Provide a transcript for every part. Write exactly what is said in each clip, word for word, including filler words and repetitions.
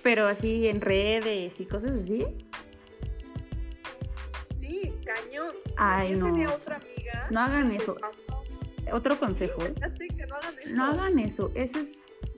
pero así en redes y cosas así. Sí, cañón. Ay, Yo no. tenía otra amiga. No hagan que eso. pasó. Otro consejo, ¿eh? Ya sé que no hagan eso. No hagan eso. Eso es...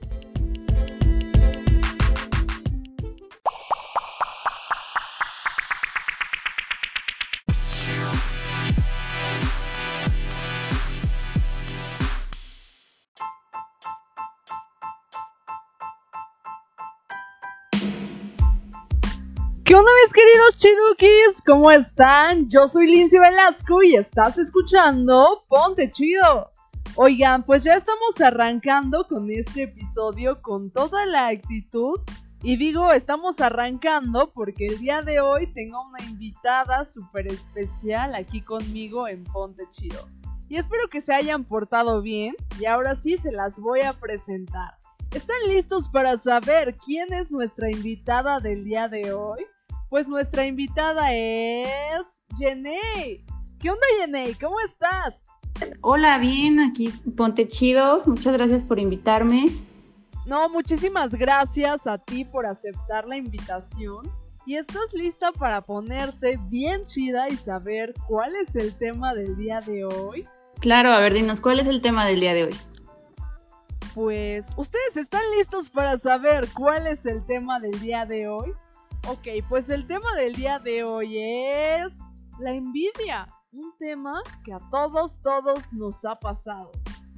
¿Qué onda, mis queridos chidukis? ¿Cómo están? Yo soy Lindsay Velasco y estás escuchando Ponte Chido. Oigan, pues ya estamos arrancando con este episodio con toda la actitud. Y digo, estamos arrancando porque el día de hoy tengo una invitada súper especial aquí conmigo en Ponte Chido. Y espero que se hayan portado bien y ahora sí se las voy a presentar. ¿Están listos para saber quién es nuestra invitada del día de hoy? Pues nuestra invitada es Jenei. ¿Qué onda, Jenei? ¿Cómo estás? Hola, bien, aquí Ponte Chido. Muchas gracias por invitarme. No, muchísimas gracias a ti por aceptar la invitación. ¿Y estás lista para ponerte bien chida y saber cuál es el tema del día de hoy? Claro, a ver, dinos, ¿cuál es el tema del día de hoy? Pues, ¿ustedes están listos para saber cuál es el tema del día de hoy? Ok, pues el tema del día de hoy es la envidia, un tema que a todos, todos nos ha pasado.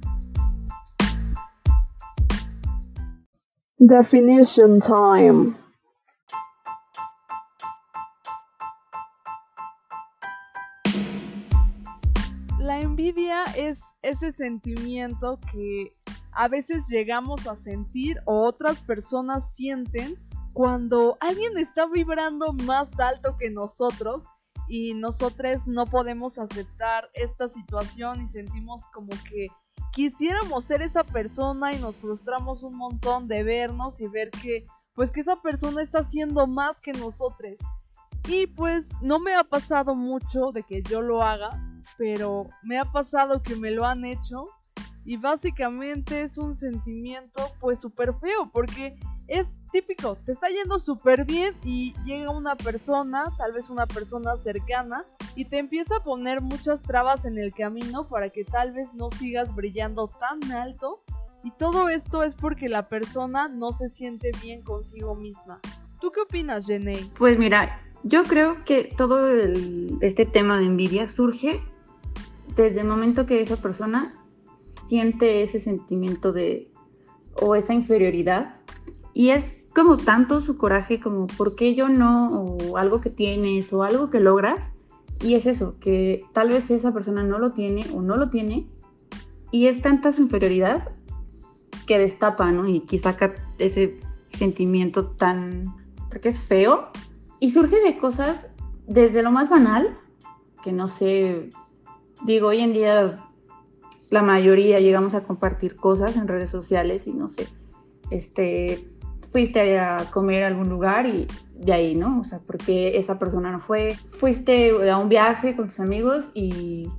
Definition time. La envidia es ese sentimiento que a veces llegamos a sentir o otras personas sienten cuando alguien está vibrando más alto que nosotros y nosotros no podemos aceptar esta situación y sentimos como que quisiéramos ser esa persona y nos frustramos un montón de vernos y ver que pues que esa persona está haciendo más que nosotros. Y pues no me ha pasado mucho de que yo lo haga, pero me ha pasado que me lo han hecho y básicamente es un sentimiento pues súper feo porque es típico, te está yendo súper bien y llega una persona, tal vez una persona cercana, y te empieza a poner muchas trabas en el camino para que tal vez no sigas brillando tan alto. Y todo esto es porque la persona no se siente bien consigo misma. ¿Tú qué opinas, Jenei? Pues mira, yo creo que todo el, este tema de envidia surge desde el momento que esa persona siente ese sentimiento de o esa inferioridad. Y es como tanto su coraje como ¿por qué yo no? O algo que tienes o algo que logras. Y es eso, que tal vez esa persona no lo tiene o no lo tiene. Y es tanta su inferioridad que destapa, ¿no? Y que saca ese sentimiento tan... porque es feo. Y surge de cosas desde lo más banal, que no sé... Digo, hoy en día la mayoría llegamos a compartir cosas en redes sociales y no sé, este... fuiste a comer a algún lugar y de ahí, ¿no? O sea, porque esa persona no fue. Fuiste a un viaje con tus amigos y,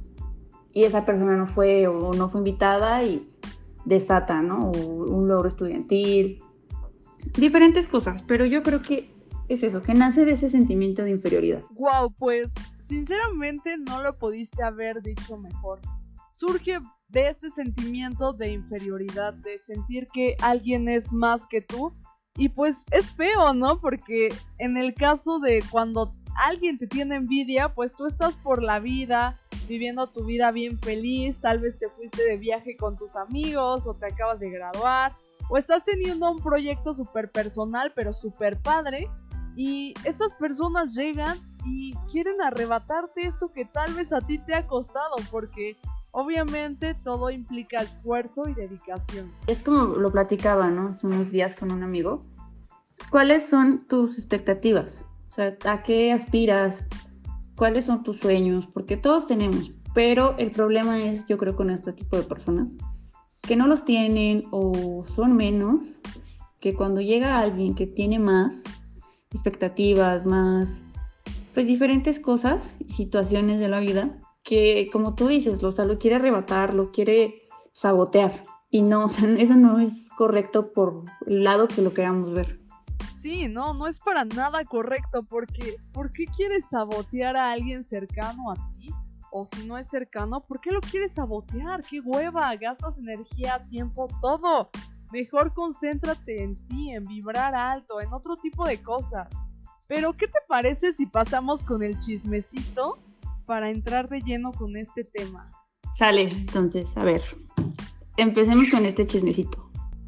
y esa persona no fue o no fue invitada y desata, ¿no? O un logro estudiantil. Diferentes cosas, pero yo creo que es eso, que nace de ese sentimiento de inferioridad. Wow, pues sinceramente no lo pudiste haber dicho mejor. Surge de este sentimiento de inferioridad, de sentir que alguien es más que tú. Y pues es feo, ¿no? Porque en el caso de cuando alguien te tiene envidia, pues tú estás por la vida, viviendo tu vida bien feliz, tal vez te fuiste de viaje con tus amigos o te acabas de graduar, o estás teniendo un proyecto súper personal pero súper padre, y estas personas llegan y quieren arrebatarte esto que tal vez a ti te ha costado, porque obviamente todo implica esfuerzo y dedicación. Es como lo platicaba, ¿no? Hace unos días con un amigo. ¿Cuáles son tus expectativas? O sea, ¿a qué aspiras? ¿Cuáles son tus sueños? Porque todos tenemos, pero el problema es, yo creo, con este tipo de personas, que no los tienen o son menos, que cuando llega alguien que tiene más expectativas, más, pues diferentes cosas y situaciones de la vida, que como tú dices, o sea, lo quiere arrebatar, lo quiere sabotear. Y no, o sea, eso no es correcto por el lado que lo queramos ver. sí, no, no es para nada correcto, porque ¿por qué quieres sabotear a alguien cercano a ti? O si no es cercano, ¿por qué lo quieres sabotear? ¡Qué hueva! Gastas energía, tiempo, todo. Mejor concéntrate en ti, en vibrar alto, en otro tipo de cosas. Pero, ¿qué te parece si pasamos con el chismecito para entrar de lleno con este tema? Sale, entonces, a ver, empecemos con este chismecito.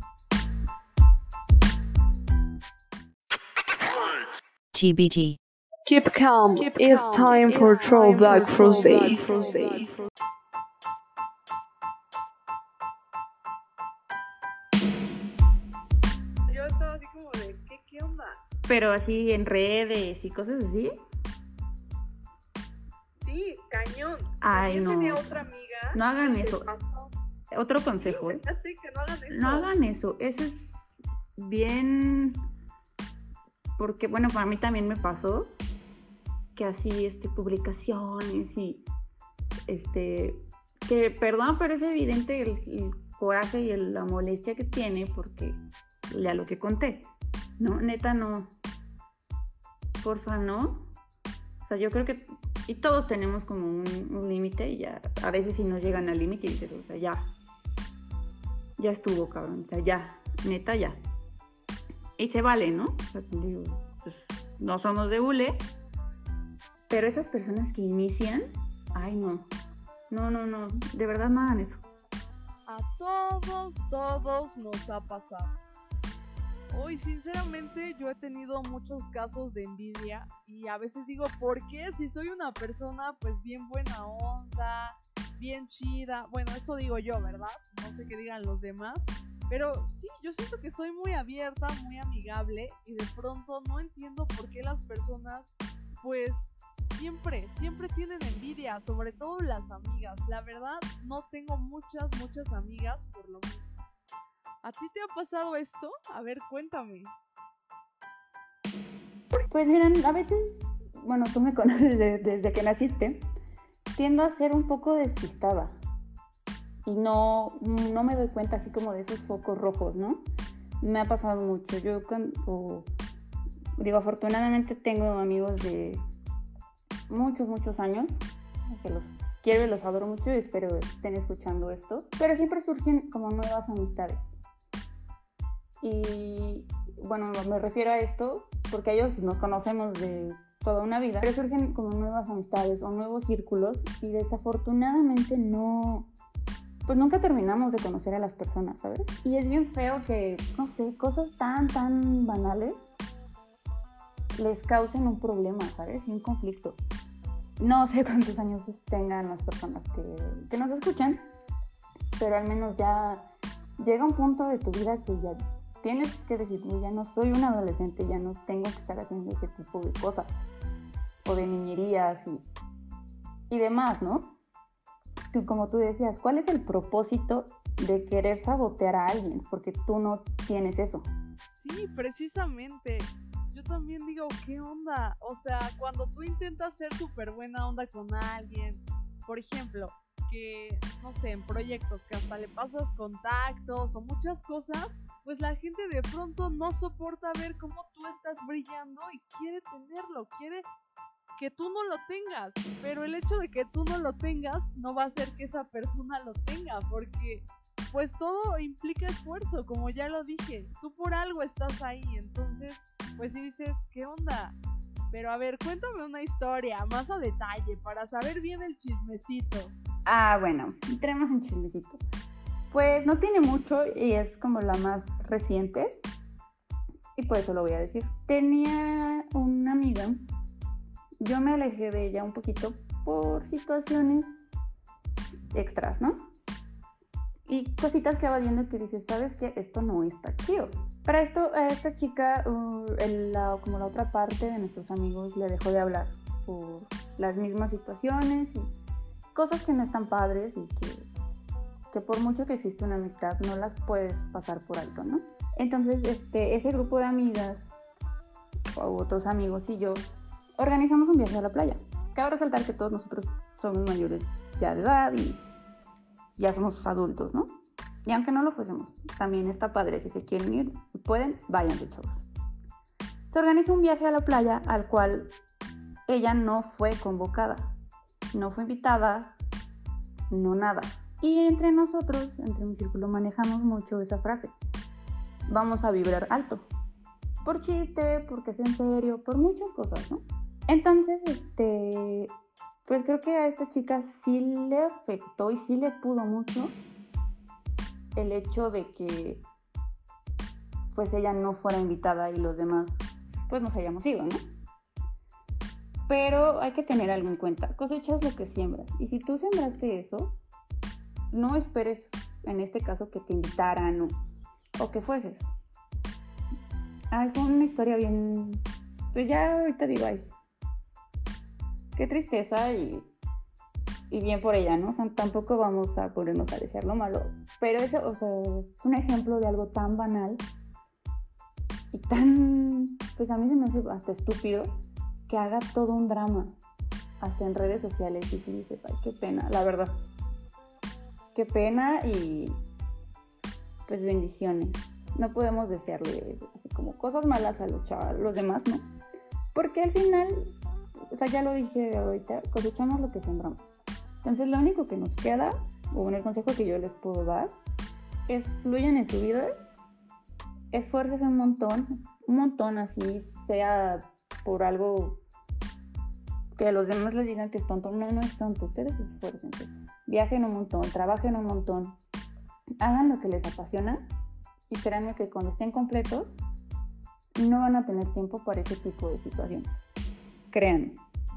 T B T. Keep calm, Keep it's calm. time It's for time Throwback for Thursday. Throwback Thursday. Yo estaba así como de, ¿qué, qué onda? Pero así en redes y cosas así. Sí, cañón. Ay, Yo no. tenía otra amiga. No hagan que eso. pasó. Otro Sí, consejo, ¿eh? ya sé que no hagan eso. No hagan eso. Eso es bien... Porque, bueno, para mí también me pasó que así, este, publicaciones y, este, que, perdón, pero es evidente el, el coraje y el- la molestia que tiene porque ya lo que conté, ¿no? Neta, no. Porfa, ¿no? O sea, yo creo que, y todos tenemos como un, un límite y ya, a veces si nos llegan al límite y dices, o sea, ya, ya estuvo, cabrón, o sea, ya, neta, ya. Y se vale, ¿no? O sea, digo, pues, no somos de hule, pero esas personas que inician, ay, no, no, no, no, de verdad no hagan eso. A todos, todos nos ha pasado. Hoy, sinceramente, yo he tenido muchos casos de envidia y a veces digo, ¿por qué? Si soy una persona, pues bien buena onda, bien chida. Bueno, eso digo yo, ¿verdad? No sé qué digan los demás. Pero sí, yo siento que soy muy abierta, muy amigable y de pronto no entiendo por qué las personas, pues, siempre, siempre tienen envidia, sobre todo las amigas. La verdad, no tengo muchas, muchas amigas por lo mismo. ¿A ti te ha pasado esto? A ver, cuéntame. Pues miren, a veces, bueno, tú me conoces de- desde que naciste, tiendo a ser un poco despistada y no, no me doy cuenta así como de esos focos rojos, ¿no? Me ha pasado mucho. Yo cuando, digo, afortunadamente tengo amigos de muchos, muchos años, que los quiero y los adoro mucho y espero estén escuchando esto, pero siempre surgen como nuevas amistades. Y bueno, me refiero a esto porque ellos nos conocemos de toda una vida, pero surgen como nuevas amistades o nuevos círculos y desafortunadamente no, pues nunca terminamos de conocer a las personas, ¿sabes? Y es bien feo que, no sé, cosas tan, tan banales les causen un problema, ¿sabes? Y un conflicto. No sé cuántos años tengan las personas que, que nos escuchan, pero al menos ya llega un punto de tu vida que ya tienes que decir, "No, ya no soy un adolescente, ya no tengo que estar haciendo ese tipo de cosas, o de niñerías y, y demás, ¿no?" Y como tú decías, ¿cuál es el propósito de querer sabotear a alguien? Porque tú no tienes eso. Sí, precisamente. Yo también digo, ¿qué onda? O sea, cuando tú intentas ser súper buena onda con alguien, por ejemplo, que, no sé, en proyectos que hasta le pasas contactos o muchas cosas, pues la gente de pronto no soporta ver cómo tú estás brillando y quiere tenerlo, quiere que tú no lo tengas, pero el hecho de que tú no lo tengas no va a hacer que esa persona lo tenga, porque pues todo implica esfuerzo, como ya lo dije, tú por algo estás ahí, entonces pues si dices, ¿qué onda? Pero a ver, cuéntame una historia más a detalle para saber bien el chismecito. Ah, bueno, tenemos un chismecito. Pues no tiene mucho y es como la más reciente y por eso lo voy a decir. Tenía una amiga, yo me alejé de ella un poquito por situaciones extras, ¿no? Y cositas que va viendo que dices, ¿sabes qué? Esto no está chido. Para esto, a esta chica, uh, el, la, como la otra parte de nuestros amigos le dejó de hablar por las mismas situaciones y cosas que no están padres y que, que por mucho que existe una amistad no las puedes pasar por alto, ¿no? Entonces, este, ese grupo de amigas o otros amigos y yo organizamos un viaje a la playa. Cabe resaltar que todos nosotros somos mayores ya de edad y ya somos adultos, ¿no? Y aunque no lo fuésemos, también está padre. Si se quieren ir y pueden, váyanse, chavos. se organiza un viaje a la playa al cual ella no fue convocada, no fue invitada, no nada. Y entre nosotros, entre mi círculo, manejamos mucho esa frase. Vamos a vibrar alto. Por chiste, porque es en serio, por muchas cosas, ¿no? Entonces, este, pues creo que a esta chica sí le afectó y sí le pudo mucho el hecho de que pues ella no fuera invitada y los demás pues nos hayamos ido, ¿no? Pero hay que tener algo en cuenta, cosechas lo que siembras, y si tú sembraste eso, no esperes en este caso que te invitaran o, o que fueses. Ay, fue una historia bien, pues ya ahorita digo, ay, qué tristeza y, y bien por ella, ¿no? O sea, tampoco vamos a ponernos a desear lo malo, pero eso, o sea, es un ejemplo de algo tan banal y tan, pues a mí se me hace hasta estúpido que haga todo un drama, hasta en redes sociales, y si dices, ay, qué pena, la verdad, qué pena y pues bendiciones. No podemos desearle así como cosas malas a los chavos, los demás, ¿no? Porque al final, o sea, ya lo dije ahorita, cosechamos lo que sembramos. Entonces lo único que nos queda, o bueno, el consejo que yo les puedo dar, es fluyan en su vida, esfuércense un montón, un montón así, sea por algo que los demás les digan que es tonto. No, no es tonto, ustedes esfuércense. Viajen un montón, trabajen un montón, hagan lo que les apasiona y créanme que cuando estén completos no van a tener tiempo para ese tipo de situaciones. Créanme.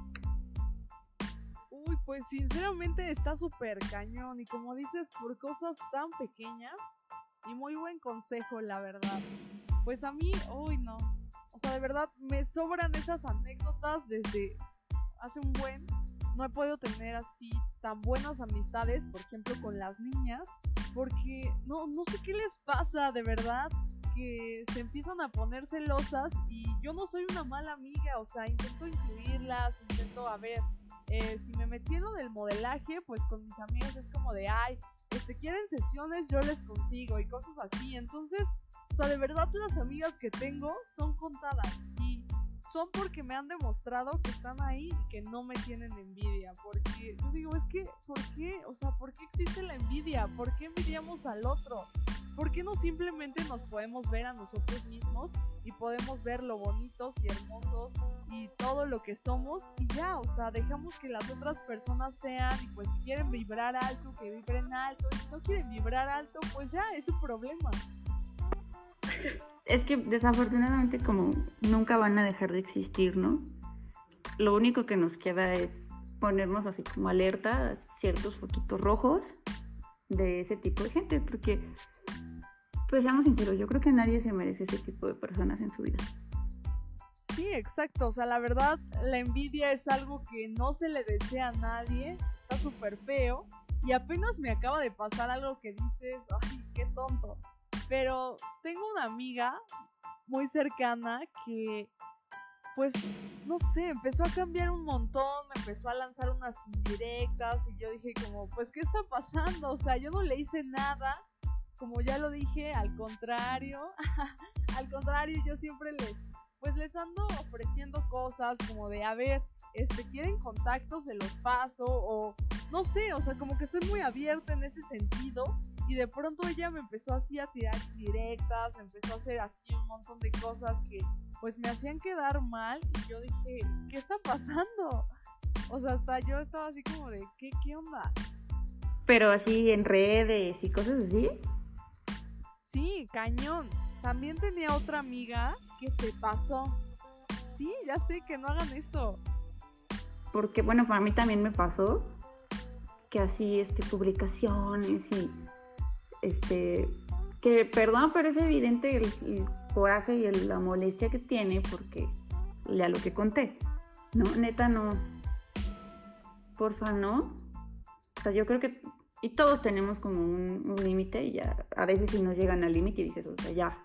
Uy, pues sinceramente está súper cañón y como dices, por cosas tan pequeñas y muy buen consejo, la verdad. Pues a mí, uy, no. O sea, de verdad, me sobran esas anécdotas desde hace un buen. No he podido tener así tan buenas amistades, por ejemplo, con las niñas, porque no, no sé qué les pasa, de verdad, que se empiezan a poner celosas y yo no soy una mala amiga, o sea, intento incluirlas, intento, a ver, eh, si me metí en lo del modelaje, pues con mis amigas es como de, ay, este, quieren sesiones, yo les consigo y cosas así. Entonces, o sea, de verdad las amigas que tengo son contadas y son porque me han demostrado que están ahí y que no me tienen envidia, porque yo digo, es que, ¿por qué? O sea, ¿por qué existe la envidia? ¿Por qué envidiamos al otro? ¿Por qué no simplemente nos podemos ver a nosotros mismos y podemos ver lo bonitos y hermosos y todo lo que somos y ya? O sea, dejamos que las otras personas sean y pues si quieren vibrar alto, que vibren alto, y si no quieren vibrar alto, pues ya, es su problema. Es que desafortunadamente como nunca van a dejar de existir, ¿no? Lo único que nos queda es ponernos así como alerta a ciertos foquitos rojos de ese tipo de gente, porque pues seamos sinceros, yo creo que nadie se merece ese tipo de personas en su vida. Sí, exacto, o sea, la verdad, la envidia es algo que no se le desea a nadie, está súper feo, y apenas me acaba de pasar algo que dices, ay, qué tonto, pero tengo una amiga muy cercana que, pues, no sé, empezó a cambiar un montón, me empezó a lanzar unas indirectas, y yo dije como, pues, ¿qué está pasando? O sea, yo no le hice nada, como ya lo dije, al contrario, al contrario, yo siempre les, pues les ando ofreciendo cosas como de, a ver, este, ¿quieren contactos? Se los paso, o no sé, o sea, como que estoy muy abierta en ese sentido, y de pronto ella me empezó así a tirar directas, empezó a hacer así un montón de cosas que, pues me hacían quedar mal, y yo dije, ¿qué está pasando? O sea, hasta yo estaba así como de, ¿qué, qué onda? Pero así en redes y cosas así. Sí, cañón. También tenía otra amiga que se pasó. Sí, ya sé, que no hagan eso. Porque, bueno, para mí también me pasó que así, este, publicaciones y, este, que, perdón, pero es evidente el, el coraje y el, la molestia que tiene porque lea lo que conté. No, neta, no. Porfa, no. O sea, yo creo que, y todos tenemos como un, un límite y ya, a veces si nos llegan al límite y dices, o sea, ya.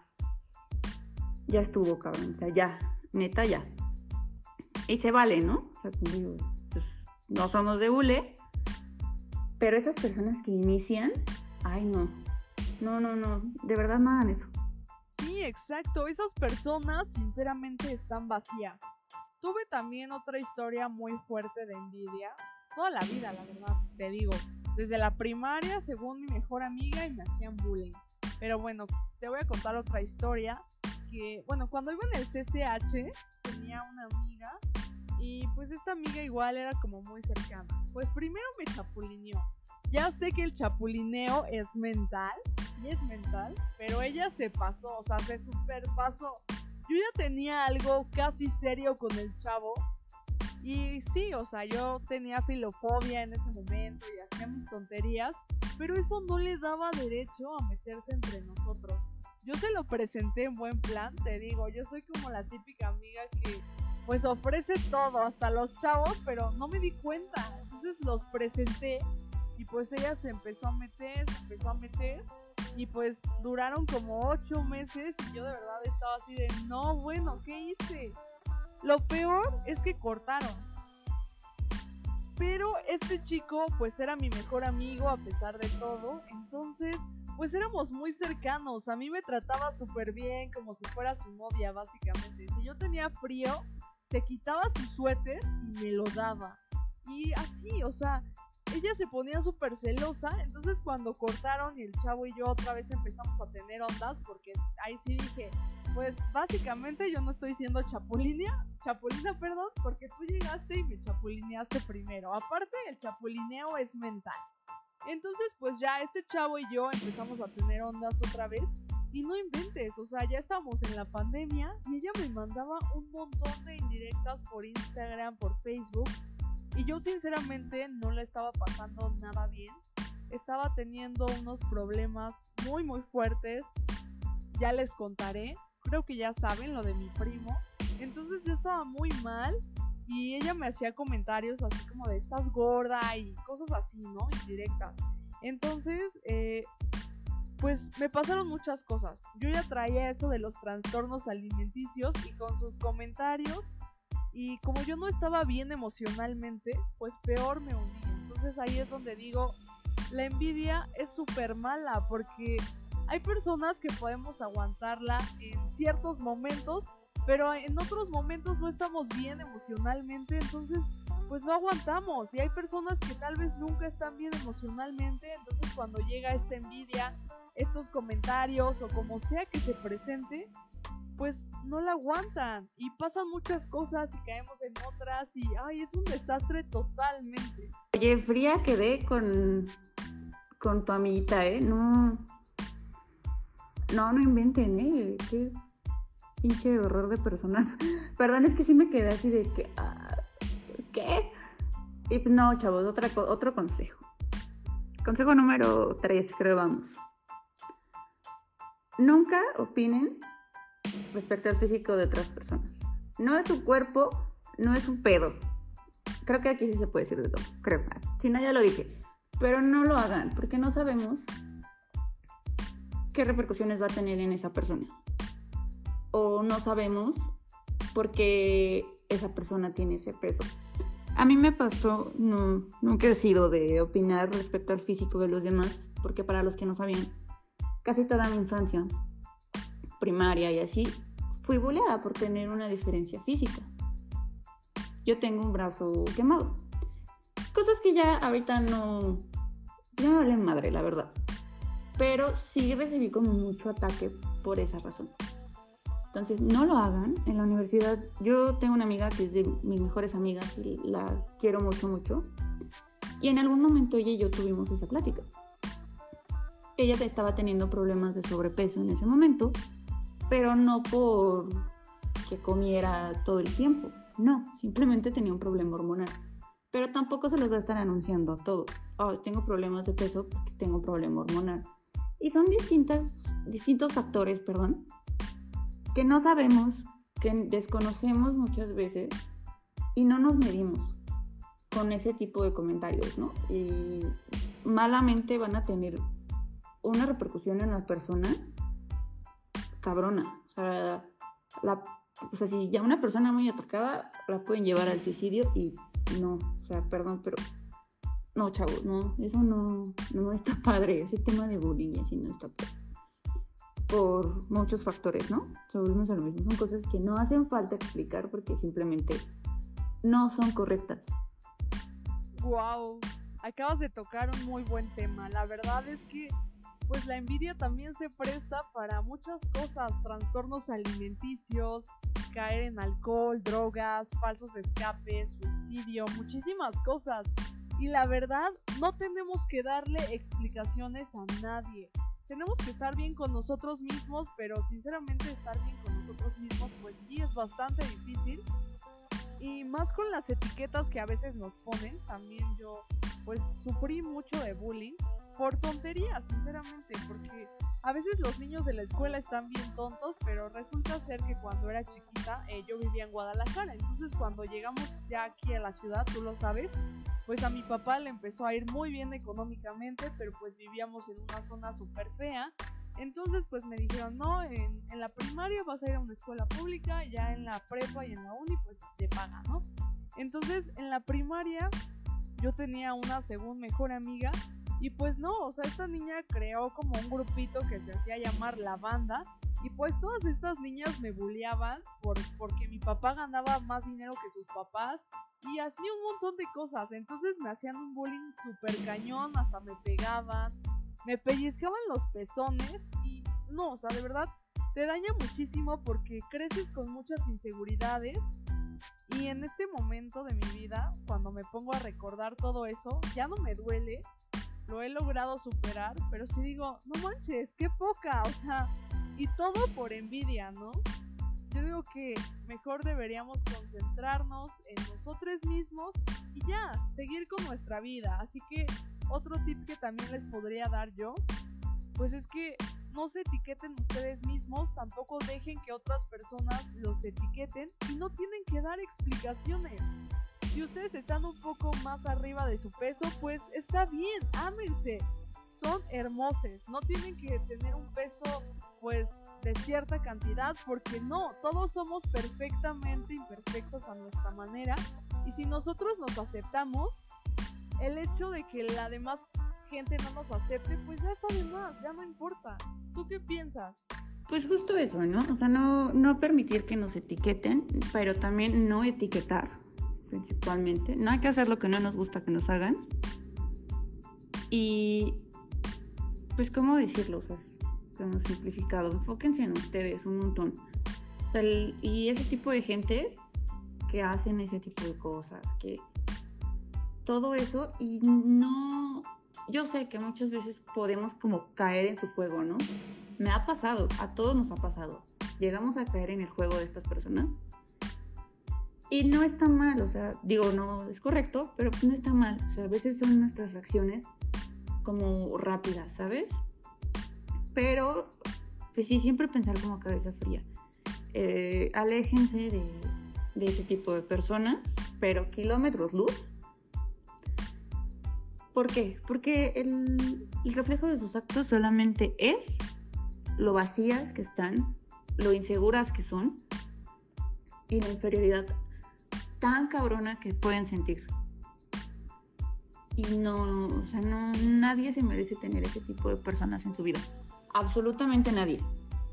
Ya estuvo, cabrón, o sea, ya, neta, ya. Y se vale, ¿no? O sea, como digo, pues, no somos de hule, pero esas personas que inician, ay, no, no, no, no, de verdad no hagan eso. Sí, Sí, exacto. Esas personas sinceramente están vacías. Tuve también otra historia muy fuerte de envidia. Toda la vida, la verdad, te digo. Desde la primaria, según mi mejor amiga, y me hacían bullying. Pero bueno, te voy a contar otra historia. Que, bueno, cuando iba en el C C H, tenía una amiga. Y pues esta amiga igual era como muy cercana. Pues primero me chapulineó. Ya sé que el chapulineo es mental. Sí es mental. Pero ella se pasó, o sea, se super pasó. Yo ya tenía algo casi serio con el chavo. Y sí, o sea, yo tenía filofobia en ese momento y hacía mis tonterías. Pero eso no le daba derecho a meterse entre nosotros. Yo se lo presenté en buen plan, te digo. Yo soy como la típica amiga que pues ofrece todo, hasta los chavos, pero no me di cuenta. Entonces los presenté y pues ella se empezó a meter, se empezó a meter y pues duraron como ocho meses y yo de verdad estaba así de, no, bueno, ¿qué hice? Lo peor es que cortaron. Pero este chico pues era mi mejor amigo a pesar de todo, entonces pues éramos muy cercanos. A mí me trataba súper bien, como si fuera su novia básicamente. Si yo tenía frío, se quitaba su suéter y me lo daba. Y así, o sea, ella se ponía súper celosa. Entonces cuando cortaron y el chavo y yo otra vez empezamos a tener ondas, porque ahí sí dije, pues básicamente yo no estoy siendo chapulina, chapulina, perdón, porque tú llegaste y me chapulineaste primero. Aparte, el chapulineo es mental. Entonces pues ya este chavo y yo empezamos a tener ondas otra vez. Y no inventes, o sea, ya estamos en la pandemia y ella me mandaba un montón de indirectas por Instagram, por Facebook. Y yo sinceramente no le estaba pasando nada bien. Estaba teniendo unos problemas muy muy fuertes. Ya les contaré, creo que ya saben lo de mi primo. Entonces yo estaba muy mal y ella me hacía comentarios así como de estás gorda y cosas así, ¿no? Indirectas. Entonces, eh... pues me pasaron muchas cosas. Yo ya traía eso de los trastornos alimenticios y con sus comentarios. Y como yo no estaba bien emocionalmente, pues peor me hundí. Entonces ahí es donde digo, la envidia es súper mala porque hay personas que podemos aguantarla en ciertos momentos, pero en otros momentos no estamos bien emocionalmente, entonces pues no aguantamos. Y hay personas que tal vez nunca están bien emocionalmente, entonces cuando llega esta envidia, estos comentarios o como sea que se presente, pues no la aguantan y pasan muchas cosas y caemos en otras y ay, es un desastre totalmente. Oye, fría quedé con, con tu amiguita, ¿eh? No, no, no inventen, ¿eh? Qué pinche horror de personas. Perdón, es que sí me quedé así de que, uh, ¿qué? Y no, chavos, otra, otro consejo. Consejo número tres, creo, vamos. Nunca opinen respecto al físico de otras personas. No es su cuerpo, no es un pedo. Creo que aquí sí se puede decir de todo, creo. Si no, ya lo dije. Pero no lo hagan, porque no sabemos qué repercusiones va a tener en esa persona. O no sabemos por qué esa persona tiene ese peso. A mí me pasó, no, nunca he sido de opinar respecto al físico de los demás, porque para los que no sabían, casi toda mi infancia, primaria y así, fui bulleada por tener una diferencia física. Yo tengo un brazo quemado. Cosas que ya ahorita no, ya me valen madre, la verdad. Pero sí recibí como mucho ataque por esa razón. Entonces, no lo hagan. En la universidad, yo tengo una amiga que es de mis mejores amigas y la quiero mucho, mucho. Y en algún momento ella y yo tuvimos esa plática. Ella estaba teniendo problemas de sobrepeso en ese momento, pero no por que comiera todo el tiempo. No, simplemente tenía un problema hormonal. Pero tampoco se los va a estar anunciando a todos. Oh, tengo problemas de peso porque tengo un problema hormonal. Y son distintas, distintos factores, perdón, que no sabemos, que desconocemos muchas veces y no nos medimos con ese tipo de comentarios, ¿no? Y malamente van a tener una repercusión en la persona cabrona. O sea, la, o sea, si ya una persona muy atacada la pueden llevar al suicidio y no, o sea, perdón, pero no, chavos, no, eso no, no está padre. Ese tema de bullying así no está padre. por muchos factores, ¿no? Volvemos a lo mismo, son cosas que no hacen falta explicar porque simplemente no son correctas. Wow, acabas de tocar un muy buen tema. La verdad es que pues la envidia también se presta para muchas cosas, trastornos alimenticios, caer en alcohol, drogas, falsos escapes, suicidio, muchísimas cosas. Y la verdad, no tenemos que darle explicaciones a nadie. Tenemos que estar bien con nosotros mismos, pero sinceramente estar bien con nosotros mismos pues sí es bastante difícil. Y más con las etiquetas que a veces nos ponen, también yo pues sufrí mucho de bullying por tonterías, sinceramente, porque a veces los niños de la escuela están bien tontos, pero resulta ser que cuando era chiquita eh, yo vivía en Guadalajara, entonces cuando llegamos ya aquí a la ciudad, tú lo sabes, pues a mi papá le empezó a ir muy bien económicamente, pero pues vivíamos en una zona súper fea. Entonces pues me dijeron, no, en, en la primaria vas a ir a una escuela pública, ya en la prepa y en la uni pues te pagan, ¿no? Entonces en la primaria yo tenía una según mejor amiga y pues no, o sea, esta niña creó como un grupito que se hacía llamar La Banda y pues todas estas niñas me bulleaban por, porque mi papá ganaba más dinero que sus papás y hacía un montón de cosas, entonces me hacían un bullying súper cañón, hasta me pegaban, me pellizcaban los pezones y no, o sea, de verdad te daña muchísimo porque creces con muchas inseguridades y en este momento de mi vida, cuando me pongo a recordar todo eso, ya no me duele, lo he logrado superar, pero sí digo, no manches, qué poca, o sea, y todo por envidia, ¿no? Yo digo que mejor deberíamos concentrarnos en nosotros mismos y ya, seguir con nuestra vida, así que otro tip que también les podría dar yo, pues es que no se etiqueten ustedes mismos, tampoco dejen que otras personas los etiqueten y no tienen que dar explicaciones. Si ustedes están un poco más arriba de su peso, pues está bien, ámense, son hermosos, no tienen que tener un peso pues de cierta cantidad, porque no, todos somos perfectamente imperfectos a nuestra manera y si nosotros nos aceptamos, el hecho de que la demás gente no nos acepte, pues ya está de más, ya no importa. ¿Tú qué piensas? Pues justo eso, ¿no? O sea, no, no permitir que nos etiqueten, pero también no etiquetar, principalmente. No hay que hacer lo que no nos gusta que nos hagan. Y, pues, ¿cómo decirlo? O sea, como simplificado, enfóquense en ustedes un montón. O sea, el, y ese tipo de gente que hacen ese tipo de cosas, que todo eso, y no, yo sé que muchas veces podemos como caer en su juego, ¿no? Me ha pasado, a todos nos ha pasado. Llegamos a caer en el juego de estas personas y no está mal, o sea, digo, no es correcto, pero no está mal. O sea, a veces son nuestras reacciones como rápidas, ¿sabes? Pero, pues sí, siempre pensar como cabeza fría. Eh, aléjense de, de ese tipo de personas, pero kilómetros luz. ¿Por qué? Porque el, el reflejo de sus actos solamente es lo vacías que están, lo inseguras que son y la inferioridad tan cabrona que pueden sentir. Y no, o sea, no, nadie se merece tener ese tipo de personas en su vida. Absolutamente nadie.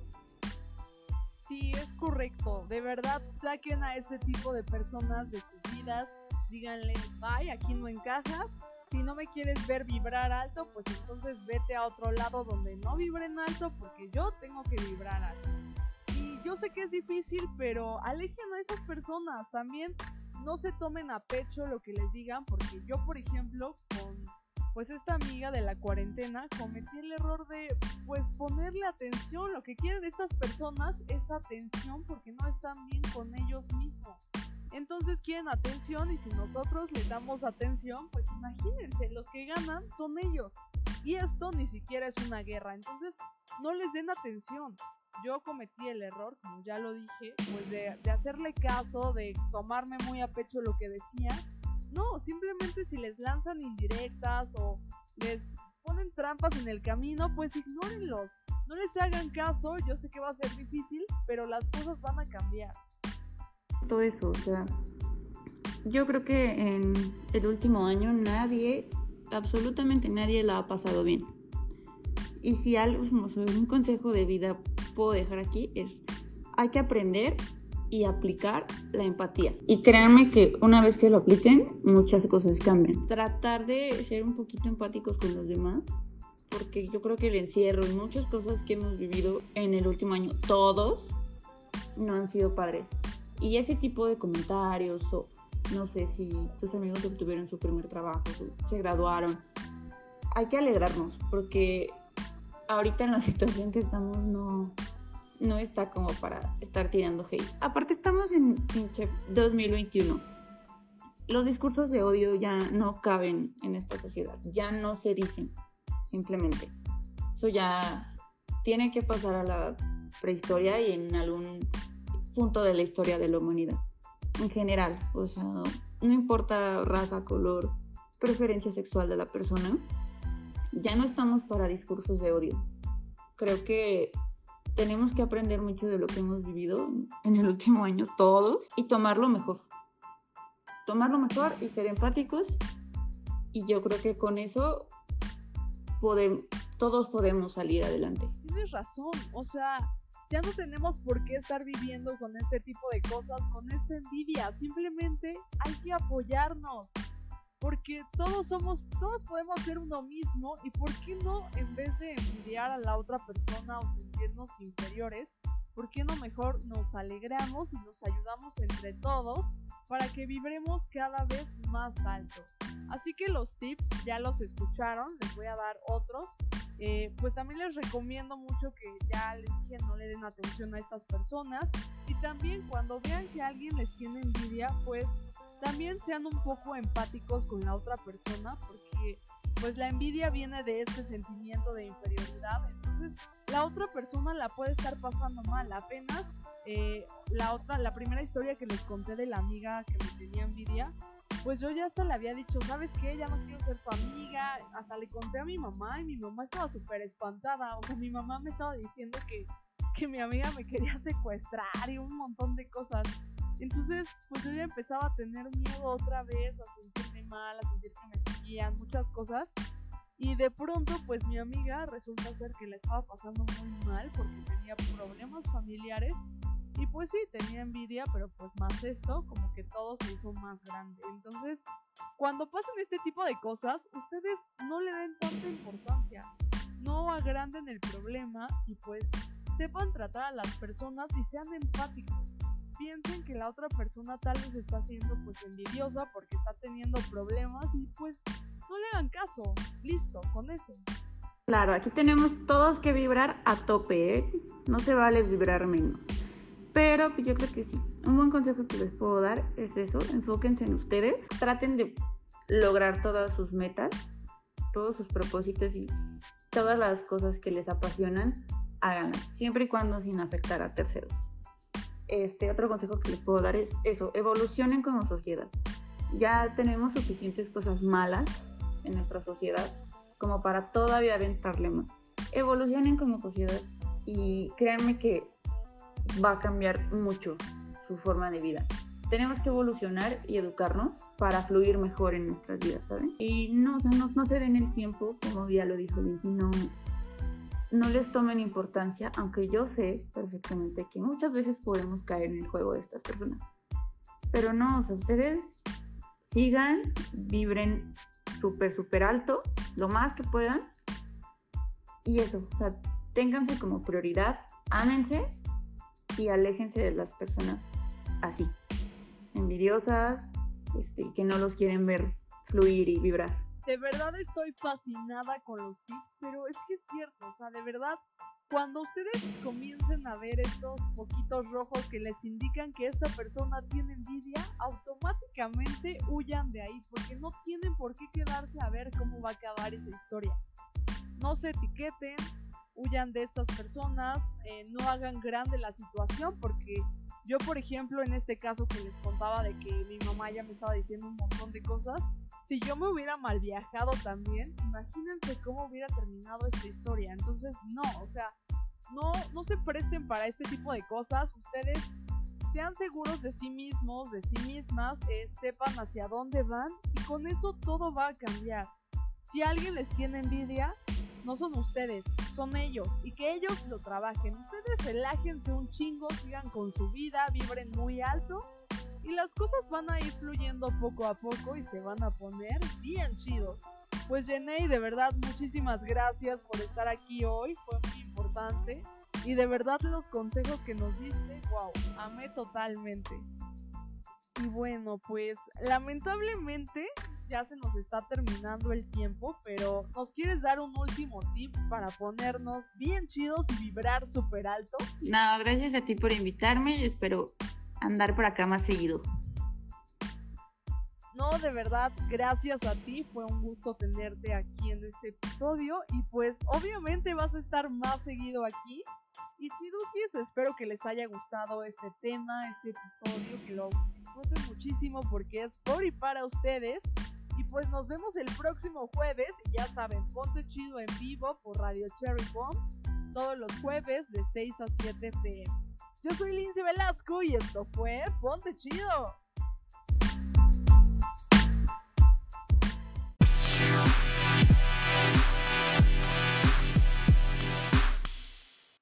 Sí, es correcto. De verdad, saquen a ese tipo de personas de sus vidas. Díganle, bye, aquí no encajas. Si no me quieres ver vibrar alto, pues entonces vete a otro lado donde no vibren alto, porque yo tengo que vibrar alto. Y yo sé que es difícil, pero alejen a esas personas. También no se tomen a pecho lo que les digan, porque yo, por ejemplo, con pues esta amiga de la cuarentena, cometí el error de pues ponerle atención. Lo que quieren estas personas es atención porque no están bien con ellos mismos. Entonces quieren atención y si nosotros les damos atención, pues imagínense, los que ganan son ellos. Y esto ni siquiera es una guerra, entonces no les den atención. Yo cometí el error, como ya lo dije, pues de, de hacerle caso, de tomarme muy a pecho lo que decía. No, simplemente si les lanzan indirectas o les ponen trampas en el camino, pues ignórenlos. No les hagan caso, yo sé que va a ser difícil, pero las cosas van a cambiar. Todo eso, o sea, yo creo que en el último año nadie, absolutamente nadie la ha pasado bien. Y si algo, no sé, un consejo de vida puedo dejar aquí es, hay que aprender y aplicar la empatía. Y créanme que una vez que lo apliquen, muchas cosas cambian. Tratar de ser un poquito empáticos con los demás, porque yo creo que el encierro y muchas cosas que hemos vivido en el último año, todos, no han sido padres. Y ese tipo de comentarios, o no sé si tus amigos obtuvieron su primer trabajo, se graduaron, hay que alegrarnos, porque ahorita en la situación que estamos no, no está como para estar tirando hate. Aparte estamos en pinche dos mil veintiuno. Los discursos de odio ya no caben en esta sociedad, ya no se dicen, simplemente. Eso ya tiene que pasar a la prehistoria y en algún punto de la historia de la humanidad. En general, o sea, no, no importa raza, color, preferencia sexual de la persona, ya no estamos para discursos de odio. Creo que tenemos que aprender mucho de lo que hemos vivido en el último año todos y tomarlo mejor. Tomarlo mejor y ser empáticos, y yo creo que con eso podemos, todos podemos salir adelante. Tienes razón, o sea, ya no tenemos por qué estar viviendo con este tipo de cosas, con esta envidia. Simplemente hay que apoyarnos, porque todos somos, todos podemos ser uno mismo, y por qué no, en vez de envidiar a la otra persona o sentirnos inferiores, por qué no mejor nos alegramos y nos ayudamos entre todos para que vibremos cada vez más alto. Así que los tips ya los escucharon, les voy a dar otros. Eh, pues también les recomiendo mucho que, ya les dije, no le den atención a estas personas, y también cuando vean que alguien les tiene envidia, pues también sean un poco empáticos con la otra persona, porque pues la envidia viene de este sentimiento de inferioridad. Entonces la otra persona la puede estar pasando mal. Apenas eh, la otra, la primera historia que les conté de la amiga que me tenía envidia, pues yo ya hasta le había dicho, ¿sabes qué? Ya no quiero ser tu amiga. Hasta le conté a mi mamá y mi mamá estaba súper espantada. O sea, mi mamá me estaba diciendo que, que mi amiga me quería secuestrar y un montón de cosas. Entonces, pues yo ya empezaba a tener miedo otra vez, a sentirme mal, a sentir que me seguían, muchas cosas. Y de pronto, pues mi amiga resulta ser que la estaba pasando muy mal porque tenía problemas familiares. Y pues sí, tenía envidia, pero pues más esto, como que todo se hizo más grande. Entonces, cuando pasan este tipo de cosas, ustedes no le den tanta importancia, no agranden el problema, y pues sepan tratar a las personas y sean empáticos. Piensen que la otra persona tal vez está siendo pues envidiosa porque está teniendo problemas, y pues no le hagan caso. Listo, con eso. Claro, aquí tenemos todos que vibrar a tope, ¿eh? No se vale vibrar menos. Pero yo creo que sí, un buen consejo que les puedo dar es eso: enfóquense en ustedes, traten de lograr todas sus metas, todos sus propósitos y todas las cosas que les apasionan, háganlas, siempre y cuando sin afectar a terceros. Este otro consejo que les puedo dar es eso: evolucionen como sociedad. Ya tenemos suficientes cosas malas en nuestra sociedad como para todavía aventarle más. Evolucionen como sociedad y créanme que va a cambiar mucho su forma de vida. Tenemos que evolucionar y educarnos para fluir mejor en nuestras vidas, ¿saben? Y no, o sea, no, no se den el tiempo, como ya lo dijo Lindsay, no, no les tomen importancia, aunque yo sé perfectamente que muchas veces podemos caer en el juego de estas personas. Pero no, o sea, ustedes sigan, vibren súper, súper alto, lo más que puedan. Y eso, o sea, ténganse como prioridad, ámense y aléjense de las personas así, envidiosas, este, que no los quieren ver fluir y vibrar. De verdad estoy fascinada con los tips, pero es que es cierto, o sea, de verdad, cuando ustedes comiencen a ver estos poquitos rojos que les indican que esta persona tiene envidia, automáticamente huyan de ahí, porque no tienen por qué quedarse a ver cómo va a acabar esa historia. No se etiqueten, huyan de estas personas, eh, no hagan grande la situación, porque yo, por ejemplo, en este caso que les contaba de que mi mamá ya me estaba diciendo un montón de cosas, si yo me hubiera mal viajado también, imagínense cómo hubiera terminado esta historia. Entonces, no, o sea, no, no se presten para este tipo de cosas. Ustedes sean seguros de sí mismos, de sí mismas, eh, sepan hacia dónde van, y con eso todo va a cambiar. Si alguien les tiene envidia, no son ustedes, son ellos, y que ellos lo trabajen. Ustedes relájense un chingo, sigan con su vida, vibren muy alto y las cosas van a ir fluyendo poco a poco y se van a poner bien chidos. Pues Jenei, de verdad muchísimas gracias por estar aquí hoy, fue muy importante y de verdad los consejos que nos diste, wow, amé totalmente. Y bueno, pues lamentablemente ya se nos está terminando el tiempo, pero ¿nos quieres dar un último tip para ponernos bien chidos y vibrar súper alto? No, gracias a ti por invitarme y espero andar por acá más seguido. No, de verdad, gracias a ti, fue un gusto tenerte aquí en este episodio y pues obviamente vas a estar más seguido aquí. Y chidukis, espero que les haya gustado este tema, este episodio, que lo disfruten muchísimo porque es por y para ustedes. Y pues nos vemos el próximo jueves, ya saben, Ponte Chido en vivo por Radio Cherry Bomb, todos los jueves de seis a siete p m. Yo soy Lindsay Velasco y esto fue Ponte Chido.